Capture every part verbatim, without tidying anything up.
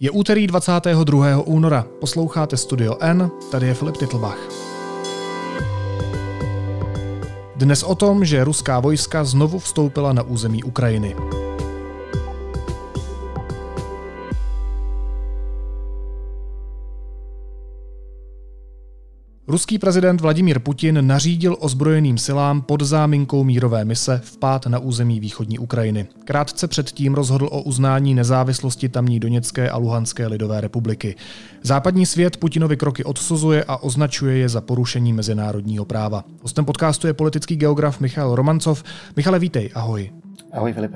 Je úterý dvacátého druhého února. Posloucháte Studio N, tady je Filip Titlbach. Dnes o tom, že ruská vojska znovu vstoupila na území Ukrajiny. Ruský prezident Vladimír Putin nařídil ozbrojeným silám pod záminkou mírové mise vpád na území východní Ukrajiny. Krátce předtím rozhodl o uznání nezávislosti tamní Doněcké a Luhanské lidové republiky. Západní svět Putinovy kroky odsuzuje a označuje je za porušení mezinárodního práva. Hostem podcastu je politický geograf Michal Romancov. Michale, vítej, ahoj. Ahoj, Filipe.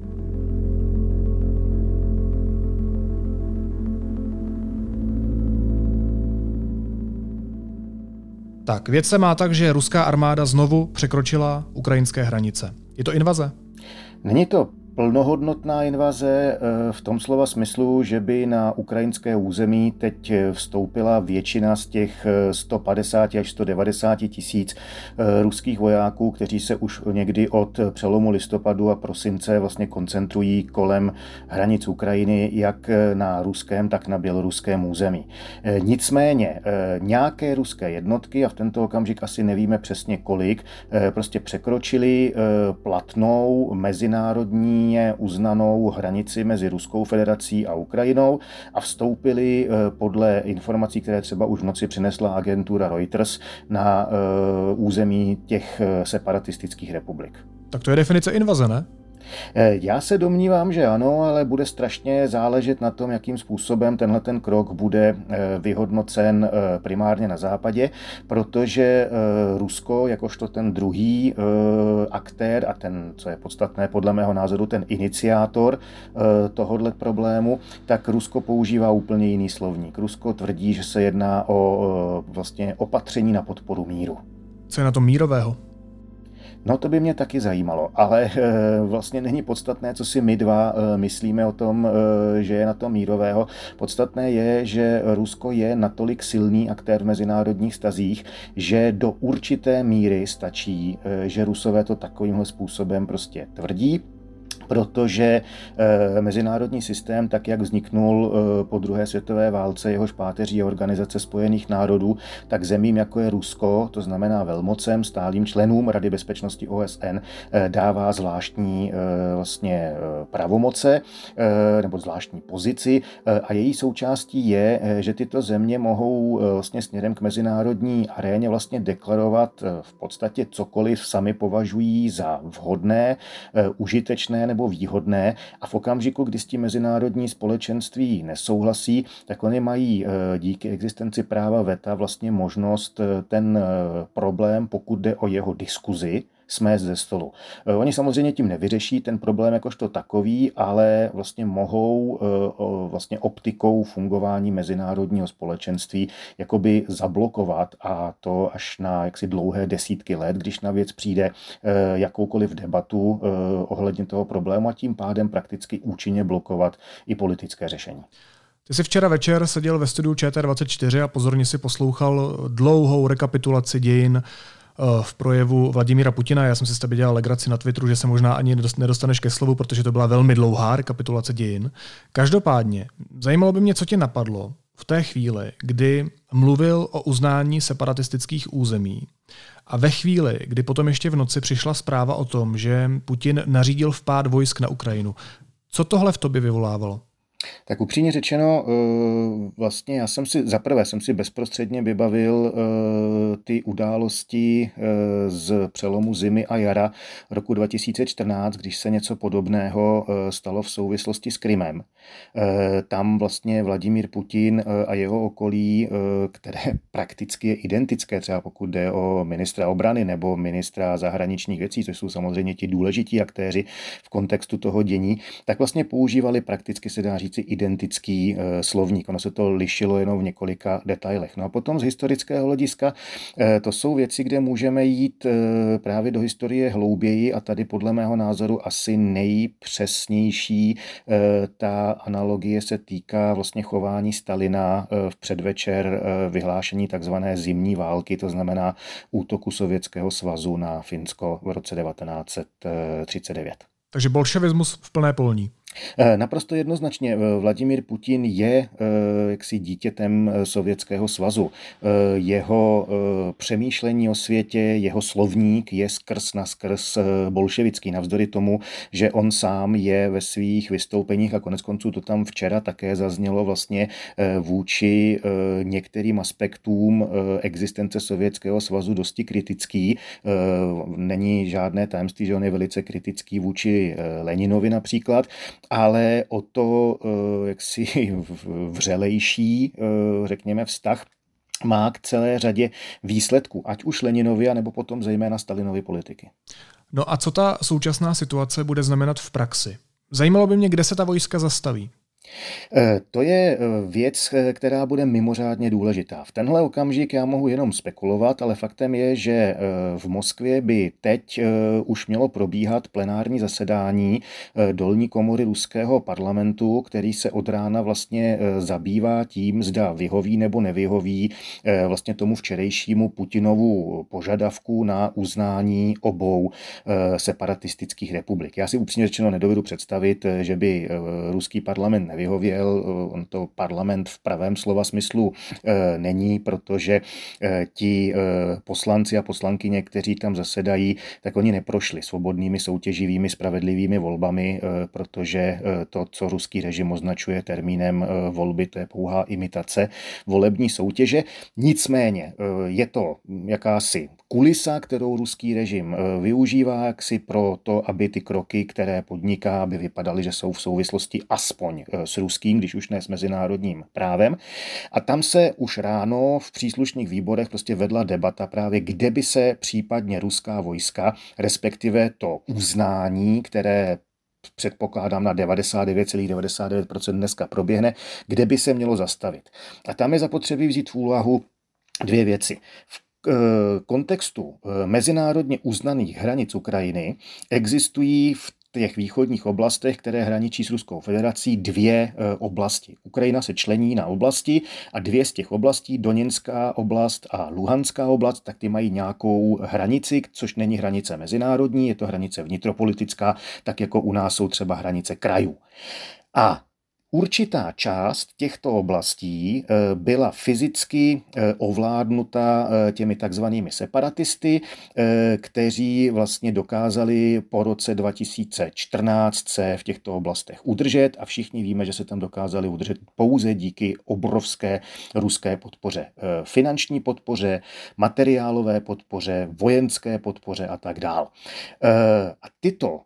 Tak, věc se má tak, že ruská armáda znovu překročila ukrajinské hranice. Je to invaze? Není to plnohodnotná invaze v tom slova smyslu, že by na ukrajinské území teď vstoupila většina z těch sto padesát až sto devadesát tisíc ruských vojáků, kteří se už někdy od přelomu listopadu a prosince vlastně koncentrují kolem hranic Ukrajiny, jak na ruském, tak na běloruském území. Nicméně nějaké ruské jednotky, a v tento okamžik asi nevíme přesně kolik, prostě překročili platnou mezinárodní uznanou hranici mezi Ruskou federací a Ukrajinou a vstoupili podle informací, které třeba už v noci přinesla agentura Reuters, na území těch separatistických republik. Tak to je definice invaze, ne? Já se domnívám, že ano, ale bude strašně záležet na tom, jakým způsobem tenhle ten krok bude vyhodnocen primárně na západě, protože Rusko, jakožto ten druhý aktér a ten, co je podstatné podle mého názoru, ten iniciátor tohohle problému, tak Rusko používá úplně jiný slovník. Rusko tvrdí, že se jedná o vlastně opatření na podporu míru. Co je na tom mírového? No to by mě taky zajímalo, ale e, vlastně není podstatné, co si my dva e, myslíme o tom, e, že je na tom mírového. Podstatné je, že Rusko je natolik silný aktér v mezinárodních vztazích, že do určité míry stačí, e, že Rusové to takovýmhle způsobem prostě tvrdí, protože e, mezinárodní systém, tak jak vzniknul e, po druhé světové válce, jehož páteří je Organizace spojených národů, tak zemím, jako je Rusko, to znamená velmocem, stálým členům Rady bezpečnosti O S N, e, dává zvláštní e, vlastně e, pravomoce e, nebo zvláštní pozici e, a její součástí je, e, že tyto země mohou e, vlastně směrem k mezinárodní aréně vlastně deklarovat e, v podstatě cokoliv sami považují za vhodné, e, užitečné nebo výhodné, a v okamžiku, kdy s tím mezinárodní společenství nesouhlasí, tak oni mají díky existenci práva veta vlastně možnost ten problém, pokud jde o jeho diskuzi, smést ze stolu. Oni samozřejmě tím nevyřeší ten problém jakožto takový, ale vlastně mohou vlastně optikou fungování mezinárodního společenství jakoby zablokovat, a to až na jaksi dlouhé desítky let, když na věc přijde jakoukoliv debatu ohledně toho problému, a tím pádem prakticky účinně blokovat i politické řešení. Ty jsi včera večer seděl ve studiu Č T dvacet čtyři a pozorně si poslouchal dlouhou rekapitulaci dějin v projevu Vladimíra Putina. Já jsem si s tebe dělal legraci na Twitteru, že se možná ani nedostaneš ke slovu, protože to byla velmi dlouhá rekapitulace dějin. Každopádně, zajímalo by mě, co tě napadlo v té chvíli, kdy mluvil o uznání separatistických území a ve chvíli, kdy potom ještě v noci přišla zpráva o tom, že Putin nařídil vpád vojsk na Ukrajinu. Co tohle v tobě vyvolávalo? Tak upřímně řečeno, vlastně já jsem si, zaprvé jsem si bezprostředně vybavil ty události z přelomu zimy a jara roku dva tisíce čtrnáct, když se něco podobného stalo v souvislosti s Krymem. Tam vlastně Vladimír Putin a jeho okolí, které prakticky je identické, třeba pokud jde o ministra obrany nebo ministra zahraničních věcí, což jsou samozřejmě ti důležití aktéři v kontextu toho dění, tak vlastně používali prakticky, se dá říct, identický e, slovník. Ono se to lišilo jenom v několika detailech. No a potom z historického hlediska e, to jsou věci, kde můžeme jít e, právě do historie hlouběji, a tady podle mého názoru asi nejpřesnější e, ta analogie se týká vlastně chování Stalina e, v předvečer e, vyhlášení takzvané zimní války, to znamená útoku Sovětského svazu na Finsko v roce devatenáct set třicet devět. Takže bolševismus v plné polní. Naprosto jednoznačně. Vladimír Putin je jaksi dítětem Sovětského svazu. Jeho přemýšlení o světě, jeho slovník je skrz na skrz bolševický, navzdory tomu, že on sám je ve svých vystoupeních, a konec konců to tam včera také zaznělo, vlastně vůči některým aspektům existence Sovětského svazu dosti kritický. Není žádné tajemství, že on je velice kritický vůči Leninovi například, ale o to jaksi vřelejší, řekněme, vztah má k celé řadě výsledků, ať už Leninovi, anebo potom zejména Stalinovy politiky. No a co ta současná situace bude znamenat v praxi? Zajímalo by mě, kde se ta vojska zastaví. To je věc, která bude mimořádně důležitá. V tenhle okamžik já mohu jenom spekulovat, ale faktem je, že v Moskvě by teď už mělo probíhat plenární zasedání dolní komory ruského parlamentu, který se od rána vlastně zabývá tím, zda vyhoví nebo nevyhoví vlastně tomu včerejšímu Putinovu požadavku na uznání obou separatistických republik. Já si upřímně řečeno nedovedu představit, že by ruský parlament nevyhověl. On to parlament v pravém slova smyslu e, není, protože e, ti e, poslanci a poslankyně, kteří tam zasedají, tak oni neprošli svobodnými, soutěživými, spravedlivými volbami, e, protože e, to, co ruský režim označuje termínem e, volby, to je pouhá imitace volební soutěže. Nicméně e, je to jakási kulisa, kterou ruský režim e, využívá jaksi pro to, aby ty kroky, které podniká, aby vypadaly, že jsou v souvislosti aspoň s ruským, když už ne s mezinárodním právem. A tam se už ráno v příslušných výborech prostě vedla debata právě, kde by se případně ruská vojska, respektive to uznání, které předpokládám na devadesát devět celá devadesát devět procent dneska proběhne, kde by se mělo zastavit. A tam je zapotřebí vzít v úvahu dvě věci. V kontextu mezinárodně uznaných hranic Ukrajiny existují v těch východních oblastech, které hraničí s Ruskou federací, dvě oblasti. Ukrajina se člení na oblasti a dvě z těch oblastí, Doněcká oblast a Luhanská oblast, tak ty mají nějakou hranici, což není hranice mezinárodní, je to hranice vnitropolitická, tak jako u nás jsou třeba hranice krajů. A určitá část těchto oblastí byla fyzicky ovládnuta těmi takzvanými separatisty, kteří vlastně dokázali po roce dva tisíce čtrnáct se v těchto oblastech udržet a všichni víme, že se tam dokázali udržet pouze díky obrovské ruské podpoře. Finanční podpoře, materiálové podpoře, vojenské podpoře a tak dál. A tyto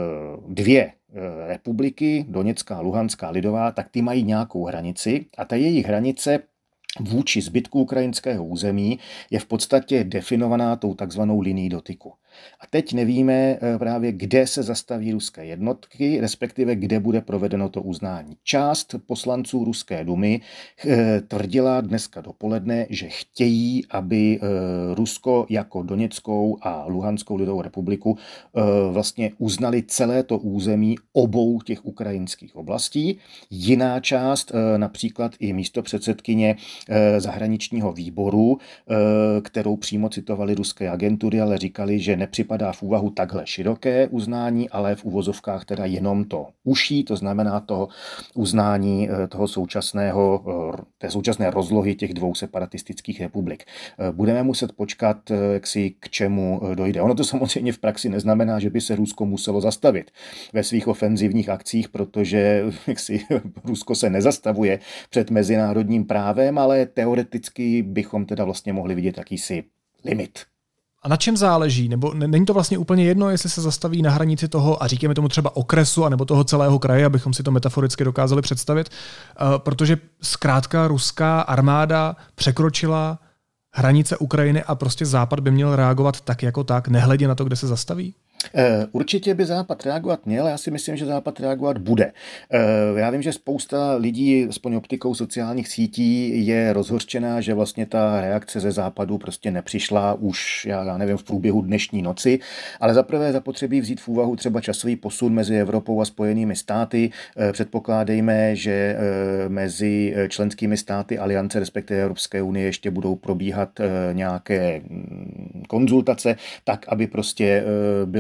dvě republiky, Doněcká, Luhanská, Lidová, tak ty mají nějakou hranici a ta jejich hranice vůči zbytku ukrajinského území je v podstatě definovaná tou takzvanou linií dotyku. A teď nevíme právě, kde se zastaví ruské jednotky, respektive kde bude provedeno to uznání. Část poslanců Ruské dumy tvrdila dneska dopoledne, že chtějí, aby Rusko jako Doněckou a Luhanskou lidovou republiku vlastně uznali celé to území obou těch ukrajinských oblastí. Jiná část, například i místopředsedkyně zahraničního výboru, kterou přímo citovali ruské agentury, ale říkali, že nepřipadá v úvahu takhle široké uznání, ale v uvozovkách teda jenom to uší, to znamená to uznání toho současného, té současné rozlohy těch dvou separatistických republik. Budeme muset počkat, jak si k čemu dojde. Ono to samozřejmě v praxi neznamená, že by se Rusko muselo zastavit ve svých ofenzivních akcích, protože jak si, Rusko se nezastavuje před mezinárodním právem, ale teoreticky bychom teda vlastně mohli vidět jakýsi limit. A na čem záleží? Nebo není to vlastně úplně jedno, jestli se zastaví na hranici toho, a říkáme tomu třeba okresu, anebo toho celého kraje, abychom si to metaforicky dokázali představit, protože zkrátka ruská armáda překročila hranice Ukrajiny a prostě Západ by měl reagovat tak jako tak, nehledě na to, kde se zastaví? Určitě by Západ reagovat měl, já si myslím, že Západ reagovat bude. Já vím, že spousta lidí, aspoň optikou sociálních sítí, je rozhořčená, že vlastně ta reakce ze Západu prostě nepřišla už, já nevím, v průběhu dnešní noci, ale zaprvé zapotřebí vzít v úvahu třeba časový posun mezi Evropou a Spojenými státy. Předpokládejme, že mezi členskými státy aliance, respektive Evropské unie, ještě budou probíhat nějaké konzultace, tak, aby prostě bylo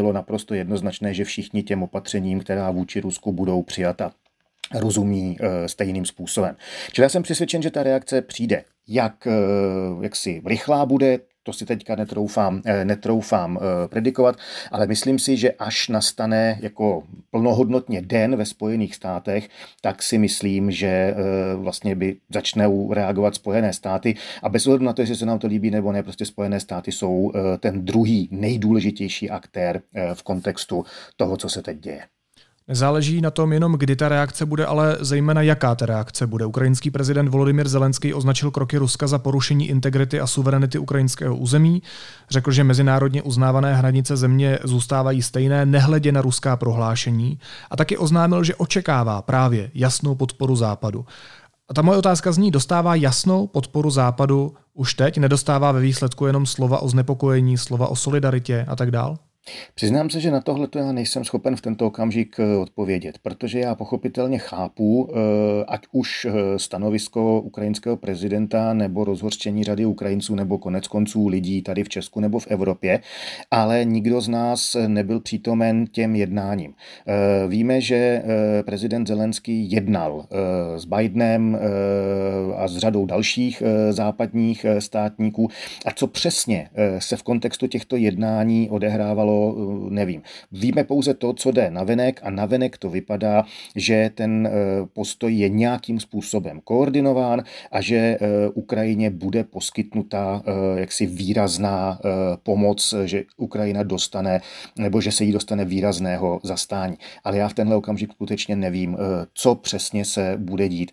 bylo naprosto jednoznačné, že všichni těm opatřením, která vůči Rusku budou přijata, rozumí e, stejným způsobem. Čili já jsem přesvědčen, že ta reakce přijde. Jak, e, jak si rychlá bude, to si teďka netroufám, e, netroufám e, predikovat, ale myslím si, že až nastane jako plnohodnotně den ve Spojených státech, tak si myslím, že e, vlastně by začnou reagovat Spojené státy a bez ohledu na to, jestli se nám to líbí nebo ne, prostě Spojené státy jsou e, ten druhý nejdůležitější aktér e, v kontextu toho, co se teď děje. Nezáleží na tom jenom, kdy ta reakce bude, ale zejména jaká ta reakce bude. Ukrajinský prezident Volodymyr Zelenský označil kroky Ruska za porušení integrity a suverenity ukrajinského území. Řekl, že mezinárodně uznávané hranice země zůstávají stejné, nehledě na ruská prohlášení. A taky oznámil, že očekává právě jasnou podporu Západu. A ta moje otázka zní, dostává jasnou podporu Západu už teď? Nedostává ve výsledku jenom slova o znepokojení, slova o solidaritě a tak dál? Přiznám se, že na tohle já nejsem schopen v tento okamžik odpovědět, protože já pochopitelně chápu, ať už stanovisko ukrajinského prezidenta nebo rozhořčení řady Ukrajinců nebo konec konců lidí tady v Česku nebo v Evropě, ale nikdo z nás nebyl přítomen těm jednáním. Víme, že prezident Zelenský jednal s Bidenem a s řadou dalších západních státníků a co přesně se v kontextu těchto jednání odehrávalo, nevím. Víme pouze to, co jde navenek a navenek to vypadá, že ten postoj je nějakým způsobem koordinován a že Ukrajině bude poskytnuta jaksi výrazná pomoc, že Ukrajina dostane, nebo že se jí dostane výrazného zastání. Ale já v tenhle okamžik skutečně nevím, co přesně se bude dít.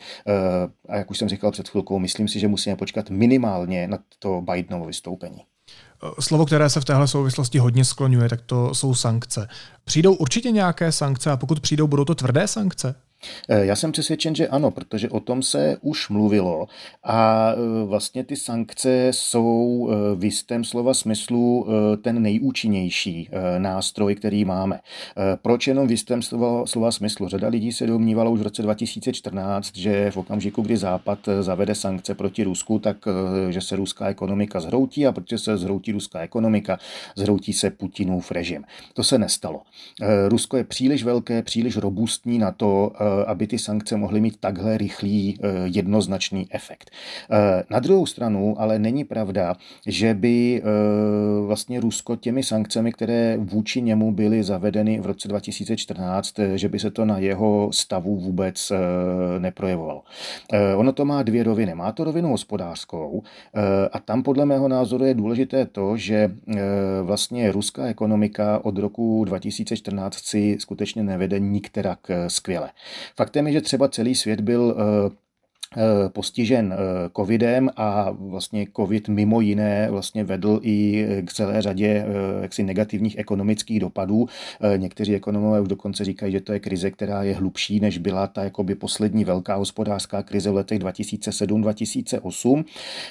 A jak už jsem říkal před chvilkou, myslím si, že musíme počkat minimálně na to Bidenovo vystoupení. Slovo, které se v téhle souvislosti hodně skloňuje, tak to jsou sankce. Přijdou určitě nějaké sankce a pokud přijdou, budou to tvrdé sankce? Já jsem přesvědčen, že ano, protože o tom se už mluvilo a vlastně ty sankce jsou v jistém slova smyslu ten nejúčinnější nástroj, který máme. Proč jenom v jistém slova, slova smyslu? Řada lidí se domnívala už v roce dva tisíce čtrnáct, že v okamžiku, kdy Západ zavede sankce proti Rusku, tak že se ruská ekonomika zhroutí a protože se zhroutí ruská ekonomika, zhroutí se Putinův režim. To se nestalo. Rusko je příliš velké, příliš robustní na to, aby ty sankce mohly mít takhle rychlý jednoznačný efekt. Na druhou stranu ale není pravda, že by vlastně Rusko těmi sankcemi, které vůči němu byly zavedeny v roce dva tisíce čtrnáct, že by se to na jeho stavu vůbec neprojevovalo. Ono to má dvě roviny. Má to rovinu hospodářskou a tam podle mého názoru je důležité to, že vlastně ruská ekonomika od roku dva tisíce čtrnáct si skutečně nevede nikterak skvěle. Faktem je, že třeba celý svět byl postižen covidem a vlastně covid mimo jiné vlastně vedl i k celé řadě jaksi negativních ekonomických dopadů. Někteří ekonomové už dokonce říkají, že to je krize, která je hlubší, než byla ta jakoby poslední velká hospodářská krize v letech dva tisíce sedm dva tisíce osm.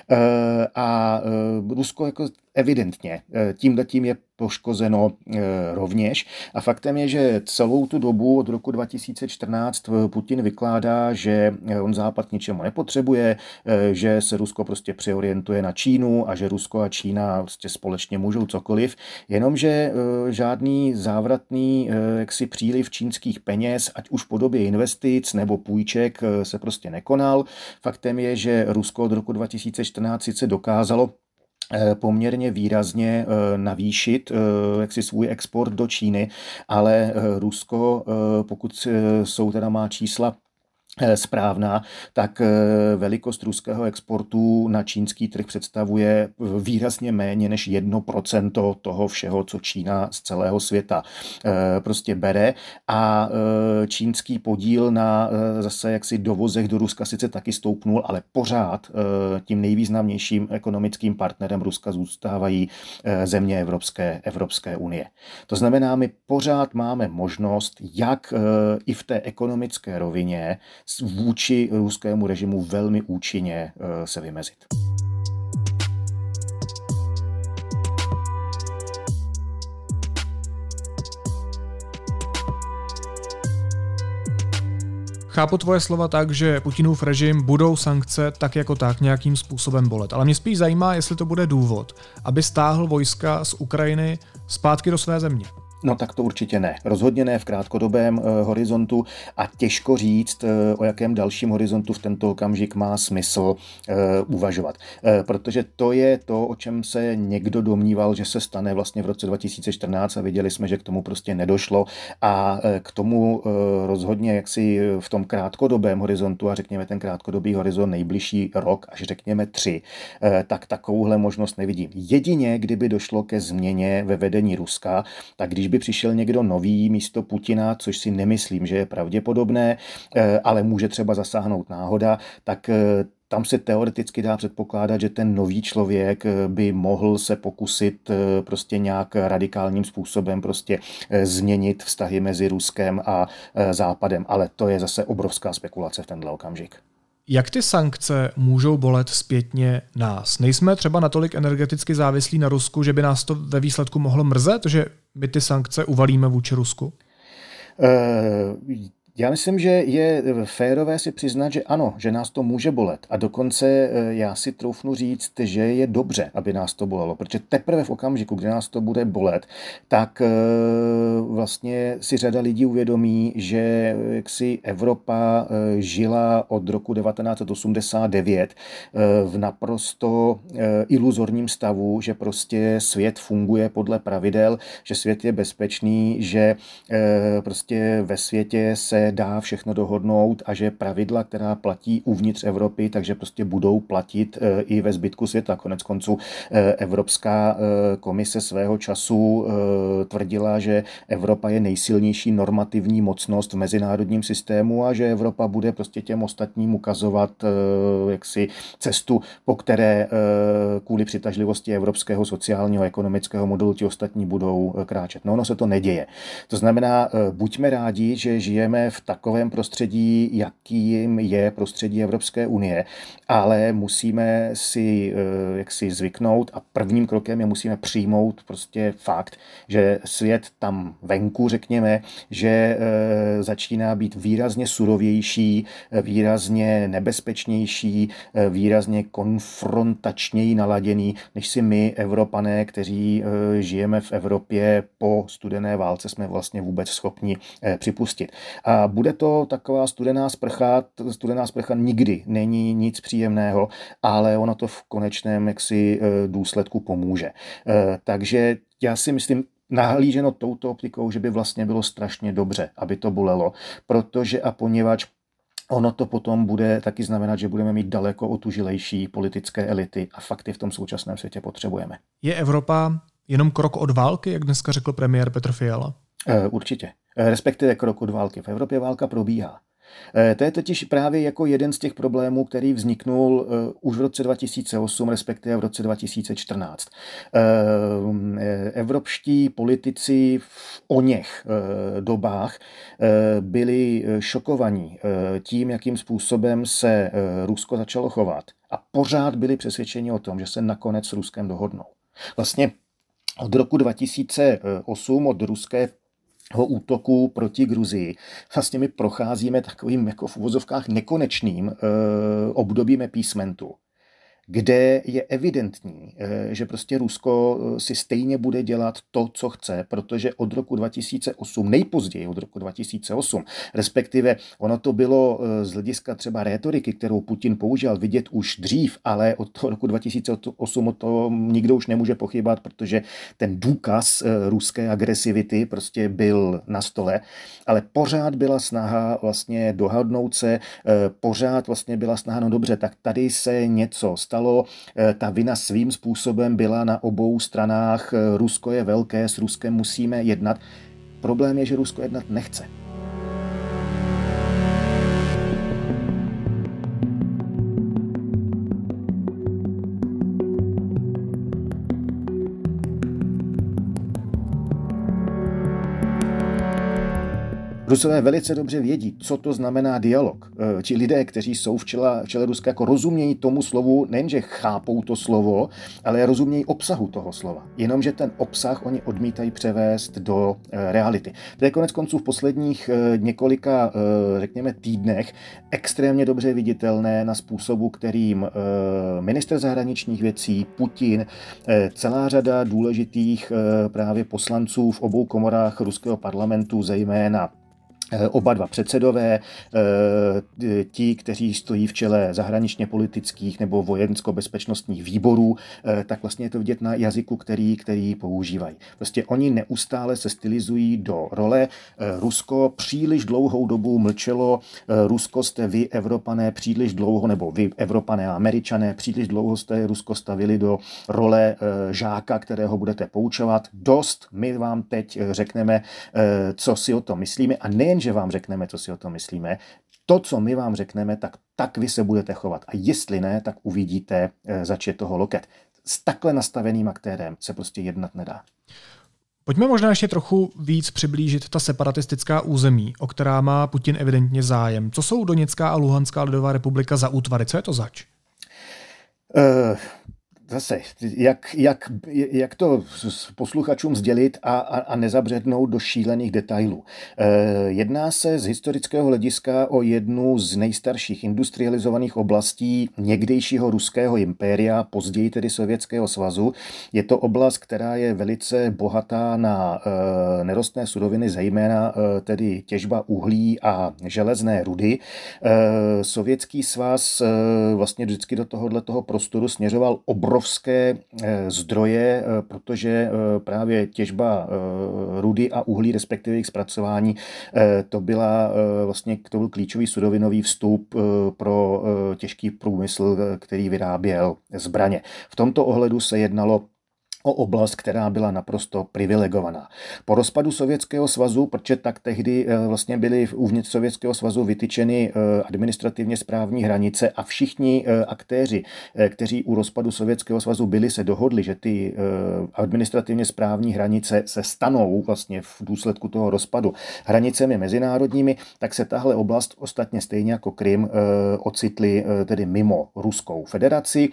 A Rusko jako evidentně tímhletím je poškozeno rovněž. A faktem je, že celou tu dobu od roku dva tisíce čtrnáct Putin vykládá, že on Západ k ničemu nepotřebuje, že se Rusko prostě přeorientuje na Čínu a že Rusko a Čína prostě společně můžou cokoliv, jenomže žádný závratný jaksi příliv čínských peněz, ať už v podobě investic nebo půjček, se prostě nekonal. Faktem je, že Rusko od roku dva tisíce čtrnáct sice dokázalo poměrně výrazně navýšit jaksi svůj export do Číny, ale Rusko, pokud jsou teda má čísla správná, tak velikost ruského exportu na čínský trh představuje výrazně méně než jedno procento toho všeho, co Čína z celého světa prostě bere a čínský podíl na zase jaksi dovozech do Ruska sice taky stoupnul, ale pořád tím nejvýznamnějším ekonomickým partnerem Ruska zůstávají země Evropské, Evropské unie. To znamená, my pořád máme možnost, jak i v té ekonomické rovině vůči ruskému režimu velmi účinně se vymezit. Chápu tvoje slova tak, že Putinův režim budou sankce tak jako tak nějakým způsobem bolet. Ale mě spíš zajímá, jestli to bude důvod, aby stáhl vojska z Ukrajiny zpátky do své země. No tak to určitě ne. Rozhodně ne v krátkodobém e, horizontu a těžko říct, e, o jakém dalším horizontu v tento okamžik má smysl e, uvažovat. E, protože to je to, o čem se někdo domníval, že se stane vlastně v roce dva tisíce čtrnáct a viděli jsme, že k tomu prostě nedošlo a e, k tomu e, rozhodně jaksi v tom krátkodobém horizontu a řekněme ten krátkodobý horizont nejbližší rok až řekněme tři, e, tak takovouhle možnost nevidím. Jedině, kdyby došlo ke změně ve vedení Ruska, tak když by přišel někdo nový místo Putina, což si nemyslím, že je pravděpodobné, ale může třeba zasáhnout náhoda, tak tam se teoreticky dá předpokládat, že ten nový člověk by mohl se pokusit prostě nějak radikálním způsobem prostě změnit vztahy mezi Ruskem a Západem, ale to je zase obrovská spekulace v tenhle okamžik. Jak ty sankce můžou bolet zpětně nás? Nejsme třeba natolik energeticky závislí na Rusku, že by nás to ve výsledku mohlo mrzet, že my ty sankce uvalíme vůči Rusku? Uh... Já myslím, že je férové si přiznat, že ano, že nás to může bolet. A dokonce já si troufnu říct, že je dobře, aby nás to bolelo. Protože teprve v okamžiku, kdy nás to bude bolet, tak vlastně si řada lidí uvědomí, že jaksi Evropa žila od roku devatenáct set osmdesát devět v naprosto iluzorním stavu, že prostě svět funguje podle pravidel, že svět je bezpečný, že prostě ve světě se dá všechno dohodnout a že pravidla, která platí uvnitř Evropy, takže prostě budou platit i ve zbytku světa. Konec konců Evropská komise svého času tvrdila, že Evropa je nejsilnější normativní mocnost v mezinárodním systému a že Evropa bude prostě těm ostatním ukazovat jaksi cestu, po které kvůli přitažlivosti evropského sociálního a ekonomického modelu ti ostatní budou kráčet. No, ono se to neděje. To znamená, buďme rádi, že žijeme v takovém prostředí, jakým je prostředí Evropské unie, ale musíme si jaksi zvyknout a prvním krokem je musíme přijmout prostě fakt, že svět tam venku, řekněme, že začíná být výrazně surovější, výrazně nebezpečnější, výrazně konfrontačněji naladěný, než si my, Evropané, kteří žijeme v Evropě po studené válce, jsme vlastně vůbec schopni připustit. A bude to taková studená sprcha, studená sprcha nikdy není nic příjemného, ale ono to v konečném jaksi důsledku pomůže. Takže já si myslím, nahlíženo touto optikou, že by vlastně bylo strašně dobře, aby to bolelo, protože a poněvadž ono to potom bude taky znamenat, že budeme mít daleko otužilejší politické elity a fakty v tom současném světě potřebujeme. Je Evropa jenom krok od války, jak dneska řekl premiér Petr Fiala? Určitě. Respektive krok od války. V Evropě válka probíhá. To je totiž právě jako jeden z těch problémů, který vzniknul už v roce dva tisíce osm, respektive v roce dva tisíce čtrnáct. Evropští politici v oněch dobách byli šokovaní tím, jakým způsobem se Rusko začalo chovat a pořád byli přesvědčeni o tom, že se nakonec s Ruskem dohodnou. Vlastně od roku dva tisíce osm, od ruské útoku proti Gruzii. Vlastně my procházíme takovým jako v uvozovkách nekonečným e, obdobím appeasementu, kde je evidentní, že prostě Rusko si stejně bude dělat to, co chce, protože od roku dva tisíce osm, nejpozději od roku dva tisíce osm, respektive ono to bylo z hlediska třeba rétoriky, kterou Putin použil, vidět už dřív, ale od toho roku dva tisíce osm o tom nikdo už nemůže pochybovat, protože ten důkaz ruské agresivity prostě byl na stole, ale pořád byla snaha vlastně dohodnout se, pořád vlastně byla snaha, no dobře, tak tady se něco stalo. Ta vina svým způsobem byla na obou stranách. Rusko je velké, s Ruskem musíme jednat. Problém je, že Rusko jednat nechce. Rusové velice dobře vědí, co to znamená dialog. Ti lidé, kteří jsou v čele, v čele Ruska, jako rozumějí tomu slovu, nejenže chápou to slovo, ale rozumějí obsahu toho slova. Jenomže ten obsah oni odmítají převést do reality. To je konec konců v posledních několika, řekněme, týdnech extrémně dobře viditelné na způsobu, kterým ministr zahraničních věcí, Putin, celá řada důležitých právě poslanců v obou komorách ruského parlamentu, zejména oba dva předsedové, ti, kteří stojí v čele zahraničně politických nebo vojensko-bezpečnostních výborů, tak vlastně je to vidět na jazyku, který, který používají. Prostě oni neustále se stylizují do role. Rusko příliš dlouhou dobu mlčelo, Rusko jste vy, Evropané, příliš dlouho, nebo vy, Evropané a Američané, příliš dlouho jste Rusko stavili do role žáka, kterého budete poučovat. Dost, my vám teď řekneme, co si o tom myslíme, a nejen že vám řekneme, co si o tom myslíme, to, co my vám řekneme, tak, tak vy se budete chovat. A jestli ne, tak uvidíte, zač je toho loket. S takhle nastaveným aktérem se prostě jednat nedá. Pojďme možná ještě trochu víc přiblížit ta separatistická území, o která má Putin evidentně zájem. Co jsou Doněcká a Luhanská lidová republika za útvary? Co je to zač? Uh... Zase, jak, jak, jak to posluchačům sdělit a, a, a nezabřednout do šílených detailů. E, jedná se z historického hlediska o jednu z nejstarších industrializovaných oblastí někdejšího ruského impéria, později tedy Sovětského svazu. Je to oblast, která je velice bohatá na e, nerostné suroviny, zejména e, tedy těžba uhlí a železné rudy. E, Sovětský svaz e, vlastně vždycky do tohoto prostoru směřoval obrovské obrovské zdroje, protože právě těžba rudy a uhlí, respektive jejich zpracování, to byla vlastně to byl klíčový surovinový vstup pro těžký průmysl, který vyráběl zbraně. V tomto ohledu se jednalo o oblast, která byla naprosto privilegovaná. Po rozpadu Sovětského svazu, protože tak tehdy vlastně byly uvnitř Sovětského svazu vytyčeny administrativně správní hranice a všichni aktéři, kteří u rozpadu Sovětského svazu byli, se dohodli, že ty administrativně správní hranice se stanou vlastně v důsledku toho rozpadu hranicemi mezinárodními, tak se tahle oblast ostatně stejně jako Krym ocitly tedy mimo Ruskou federaci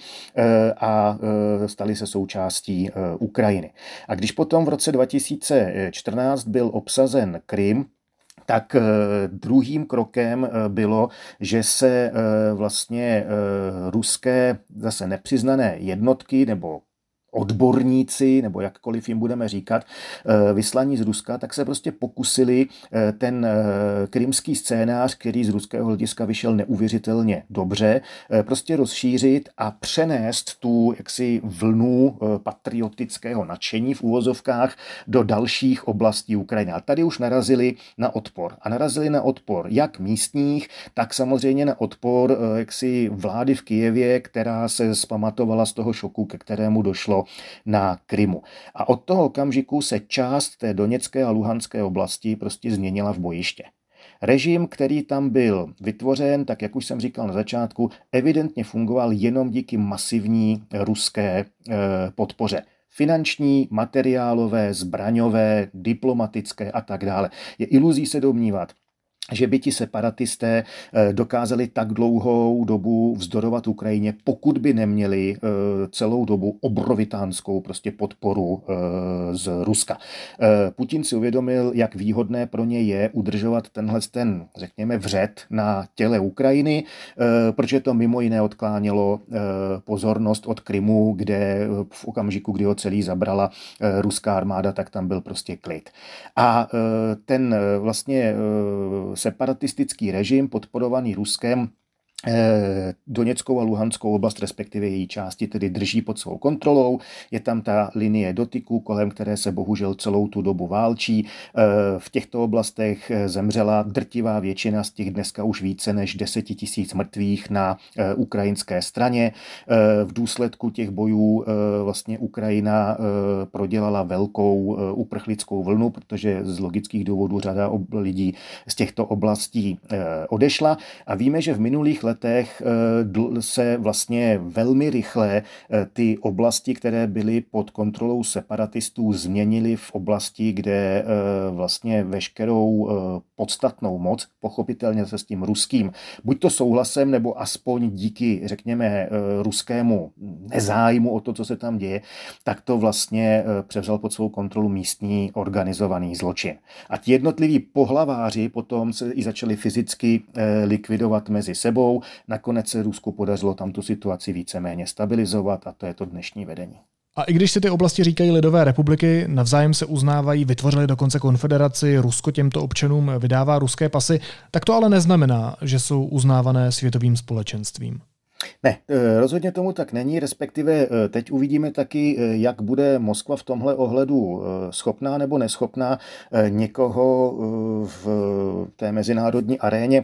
a staly se součástí Ukrajiny. A když potom v roce dva tisíce čtrnáct byl obsazen Krym, tak druhým krokem bylo, že se vlastně ruské zase nepřiznané jednotky nebo odborníci, nebo jakkoliv jim budeme říkat, vyslaní z Ruska, tak se prostě pokusili ten krymský scénář, který z ruského hlediska vyšel neuvěřitelně dobře, prostě rozšířit a přenést tu jaksi vlnu patriotického nadšení v úvozovkách do dalších oblastí Ukrajiny. A tady už narazili na odpor. A narazili na odpor jak místních, tak samozřejmě na odpor jaksi vlády v Kyjevě, která se zpamatovala z toho šoku, ke kterému došlo na Krymu. A od toho okamžiku se část té Doněcké a Luhanské oblasti prostě změnila v bojiště. Režim, který tam byl vytvořen, tak jak už jsem říkal na začátku, evidentně fungoval jenom díky masivní ruské eh, podpoře. Finanční, materiálové, zbraňové, diplomatické a tak dále. Je iluzí se domnívat, že by ti separatisté dokázali tak dlouhou dobu vzdorovat Ukrajině, pokud by neměli celou dobu obrovitánskou prostě podporu z Ruska. Putin si uvědomil, jak výhodné pro ně je udržovat tenhle ten, řekněme, vřet na těle Ukrajiny, protože to mimo jiné odklánělo pozornost od Krymu, kde v okamžiku, kdy ho celý zabrala ruská armáda, tak tam byl prostě klid. A ten vlastně separatistický režim podporovaný Ruskem Doněckou a Luhanskou oblast, respektive její části, tedy drží pod svou kontrolou. Je tam ta linie dotyku, kolem které se bohužel celou tu dobu válčí. V těchto oblastech zemřela drtivá většina, z těch dneska už více než deset tisíc mrtvých na ukrajinské straně. V důsledku těch bojů vlastně Ukrajina prodělala velkou uprchlickou vlnu, protože z logických důvodů řada lidí z těchto oblastí odešla. A víme, že v minulých letech se vlastně velmi rychle ty oblasti, které byly pod kontrolou separatistů, změnily v oblasti, kde vlastně veškerou podstatnou moc, pochopitelně se s tím ruským, buď to souhlasem, nebo aspoň díky, řekněme, ruskému nezájmu o to, co se tam děje, tak to vlastně převzal pod svou kontrolu místní organizovaný zločin. A ti jednotliví pohlaváři potom se i začali fyzicky likvidovat mezi sebou. Nakonec se Rusku podařilo tam tu situaci víceméně stabilizovat a to je to dnešní vedení. A i když si ty oblasti říkají lidové republiky, navzájem se uznávají, vytvořili dokonce konfederaci, Rusko těmto občanům vydává ruské pasy, tak to ale neznamená, že jsou uznávané světovým společenstvím. Ne, rozhodně tomu tak není, respektive teď uvidíme taky, jak bude Moskva v tomhle ohledu schopná nebo neschopná někoho v té mezinárodní aréně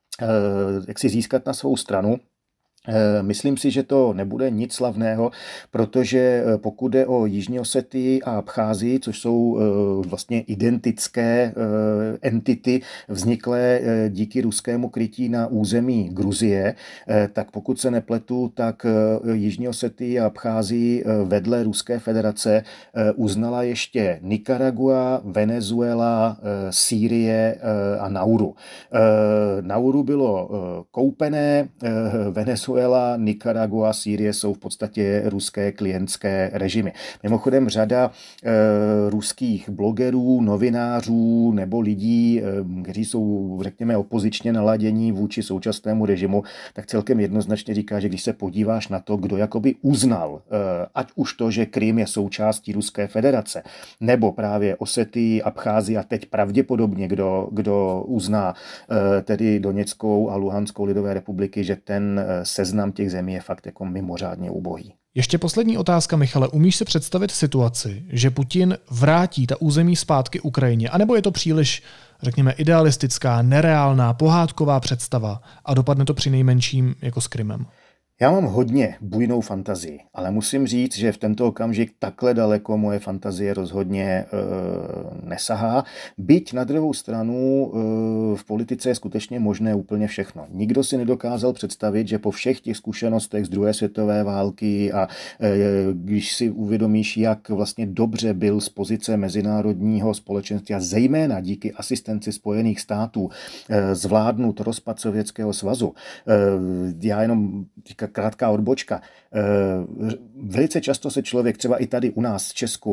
jak si získat na svou stranu. Myslím si, že to nebude nic slavného, protože pokud jde o Jižní Osetii a Abcházii, což jsou vlastně identické entity vzniklé díky ruskému krytí na území Gruzie, tak pokud se nepletu, tak Jižní Osetii a Abcházii vedle Ruské federace uznala ještě Nikaragua, Venezuela, Sýrie a Nauru. Nauru bylo koupené, Venezuela, Nikaragua, Sýrie jsou v podstatě ruské klientské režimy. Mimochodem řada e, ruských blogerů, novinářů nebo lidí, e, kteří jsou, řekněme, opozičně naladění vůči současnému režimu, tak celkem jednoznačně říká, že když se podíváš na to, kdo jakoby uznal, e, ať už to, že Krym je součástí Ruské federace, nebo právě Osetii, Abcházii a teď pravděpodobně, kdo, kdo uzná e, tedy Doněckou a Luhanskou lidové republiky, že ten seznam těch zemí je fakt jako mimořádně ubohý. Ještě poslední otázka, Michale. Umíš si představit situaci, že Putin vrátí ta území zpátky Ukrajině, anebo je to příliš, řekněme, idealistická, nereálná, pohádková představa a dopadne to přinejmenším jako s Krymem? Já mám hodně bujnou fantazii, ale musím říct, že v tento okamžik takhle daleko moje fantazie rozhodně e, nesahá. Byť na druhou stranu e, v politice je skutečně možné úplně všechno. Nikdo si nedokázal představit, že po všech těch zkušenostech z druhé světové války a e, když si uvědomíš, jak vlastně dobře byl z pozice mezinárodního společenství a zejména díky asistenci Spojených států e, zvládnut rozpad Sovětského svazu. E, já jenom krátká odbočka. Velice často se člověk, třeba i tady u nás v Česku,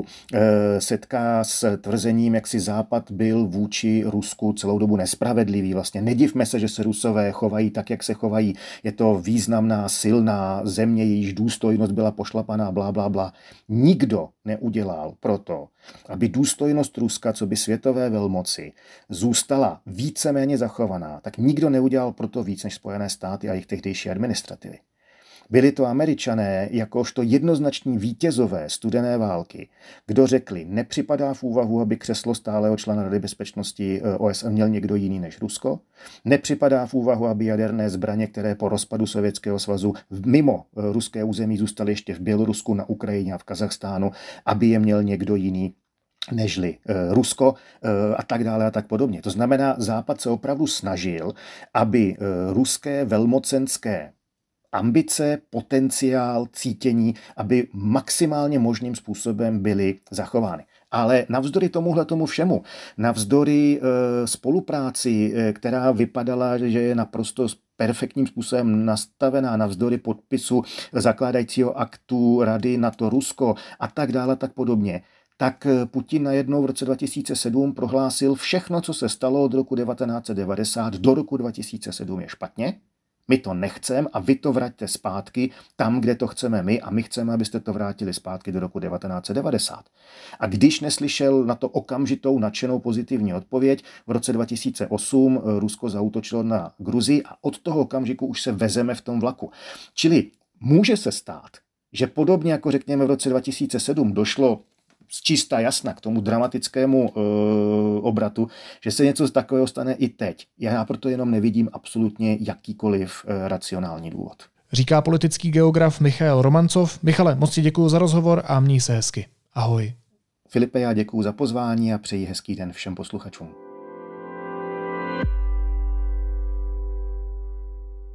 setká s tvrzením, jak si Západ byl vůči Rusku celou dobu nespravedlivý. Vlastně nedivme se, že se Rusové chovají tak, jak se chovají. Je to významná, silná země, jejíž důstojnost byla pošlapaná, blá, blá, blá. Nikdo neudělal proto, aby důstojnost Ruska, co by světové velmoci, zůstala víceméně zachovaná. Tak nikdo neudělal proto víc než Spojené státy a jejich tehdejší administrativy. Byli to Američané jakožto jednoznační vítězové studené války, kdo řekli, nepřipadá v úvahu, aby křeslo stálého člena Rady bezpečnosti O S N měl někdo jiný než Rusko, nepřipadá v úvahu, aby jaderné zbraně, které po rozpadu Sovětského svazu mimo ruské území zůstaly ještě v Bělorusku, na Ukrajině a v Kazachstánu, aby je měl někdo jiný nežli Rusko a tak dále a tak podobně. To znamená, Západ se opravdu snažil, aby ruské velmocenské ambice, potenciál, cítění, aby maximálně možným způsobem byly zachovány. Ale navzdory tomuhle tomu všemu, navzdory e, spolupráci, e, která vypadala, že je naprosto perfektním způsobem nastavená navzdory podpisu zakládajícího aktu Rady NATO-Rusko a tak dále a tak podobně, tak Putin najednou v roce dva tisíce sedm prohlásil, všechno, co se stalo od roku devatenáct set devadesát do roku dva tisíce sedm je špatně. My to nechceme a vy to vraťte zpátky tam, kde to chceme my a my chceme, abyste to vrátili zpátky do roku devatenáct set devadesát. A když neslyšel na to okamžitou nadšenou pozitivní odpověď, v roce dva tisíce osm Rusko zaútočilo na Gruzii a od toho okamžiku už se vezeme v tom vlaku. Čili může se stát, že podobně jako řekněme v roce dva tisíce sedm došlo z čista jasna k tomu dramatickému e, obratu, že se něco z takového stane i teď. Já proto jenom nevidím absolutně jakýkoliv e, racionální důvod. Říká politický geograf Michael Romancov. Michale, moc ti děkuju za rozhovor a měj se hezky. Ahoj. Filipe, já děkuju za pozvání a přeji hezký den všem posluchačům.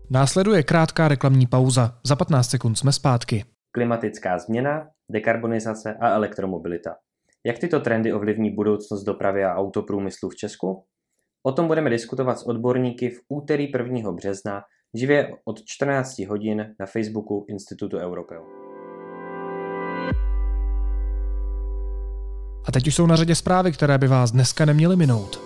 Následuje krátká reklamní pauza. Za patnáct sekund jsme zpátky. Klimatická změna, dekarbonizace a elektromobilita. Jak tyto trendy ovlivní budoucnost dopravy a autoprůmyslu v Česku? O tom budeme diskutovat s odborníky v úterý prvního března živě od čtrnáct hodin na Facebooku Institutu Europeo. A teď už jsou na řadě zprávy, které by vás dneska neměly minout.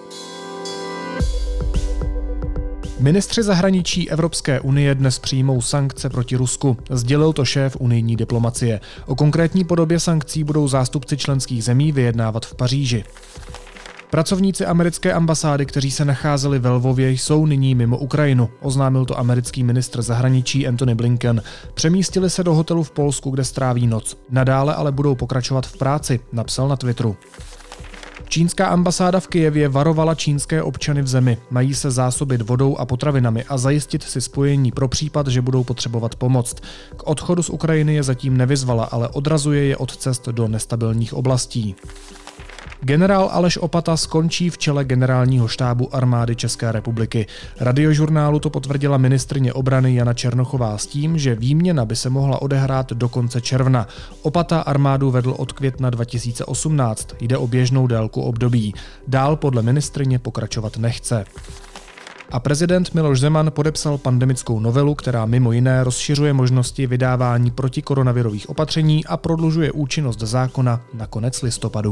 Ministři zahraničí Evropské unie dnes přijmou sankce proti Rusku, sdělil to šéf unijní diplomacie. O konkrétní podobě sankcí budou zástupci členských zemí vyjednávat v Paříži. Pracovníci americké ambasády, kteří se nacházeli ve Lvově, jsou nyní mimo Ukrajinu, oznámil to americký ministr zahraničí Antony Blinken. Přemístili se do hotelu v Polsku, kde stráví noc. Nadále ale budou pokračovat v práci, napsal na Twitteru. Čínská ambasáda v Kyjevě varovala čínské občany v zemi. Mají se zásobit vodou a potravinami a zajistit si spojení pro případ, že budou potřebovat pomoc. K odchodu z Ukrajiny je zatím nevyzvala, ale odrazuje je od cest do nestabilních oblastí. Generál Aleš Opata skončí v čele generálního štábu armády České republiky. Radiožurnálu to potvrdila ministryně obrany Jana Černochová s tím, že výměna by se mohla odehrát do konce června. Opata armádu vedl od května dva tisíce osmnáct, jde o běžnou délku období. Dál podle ministryně pokračovat nechce. A prezident Miloš Zeman podepsal pandemickou novelu, která mimo jiné rozšiřuje možnosti vydávání protikoronavirových opatření a prodlužuje účinnost zákona na konec listopadu.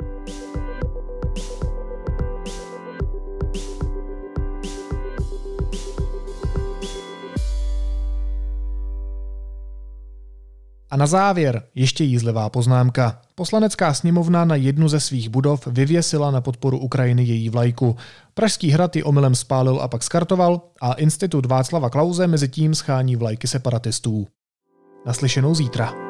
A na závěr ještě jízlivá poznámka. Poslanecká sněmovna na jednu ze svých budov vyvěsila na podporu Ukrajiny její vlajku. Pražský hrad ji omylem spálil a pak skartoval a Institut Václava Klause mezi tím schání vlajky separatistů. Naslyšenou zítra.